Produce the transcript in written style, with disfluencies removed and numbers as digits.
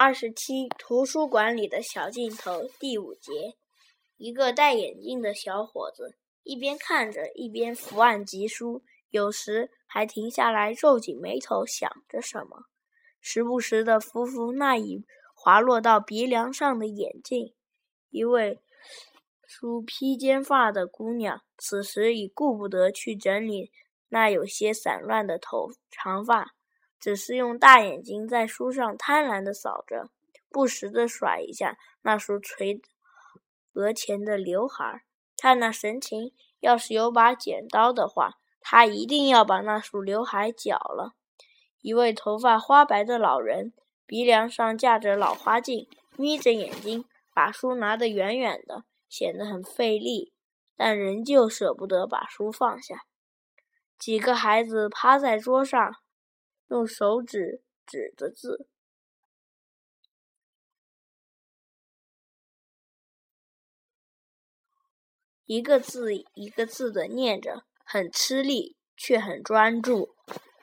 27图书馆里的小镜头第5节。一个戴眼镜的小伙子一边看着一边伏案疾书，有时还停下来皱紧眉头想着什么，时不时地扶扶那已滑落到鼻梁上的眼镜。一位梳披肩发的姑娘此时已顾不得去整理那有些散乱的长发，只是用大眼睛在书上贪婪地扫着，不时地甩一下那束垂额前的刘海。看那神情，要是有把剪刀的话，他一定要把那束刘海绞了。一位头发花白的老人，鼻梁上架着老花镜，眯着眼睛，把书拿得远远的，显得很费力，但仍旧舍不得把书放下。几个孩子趴在桌上，用手指指着字，一个字一个字地念着，很吃力，却很专注。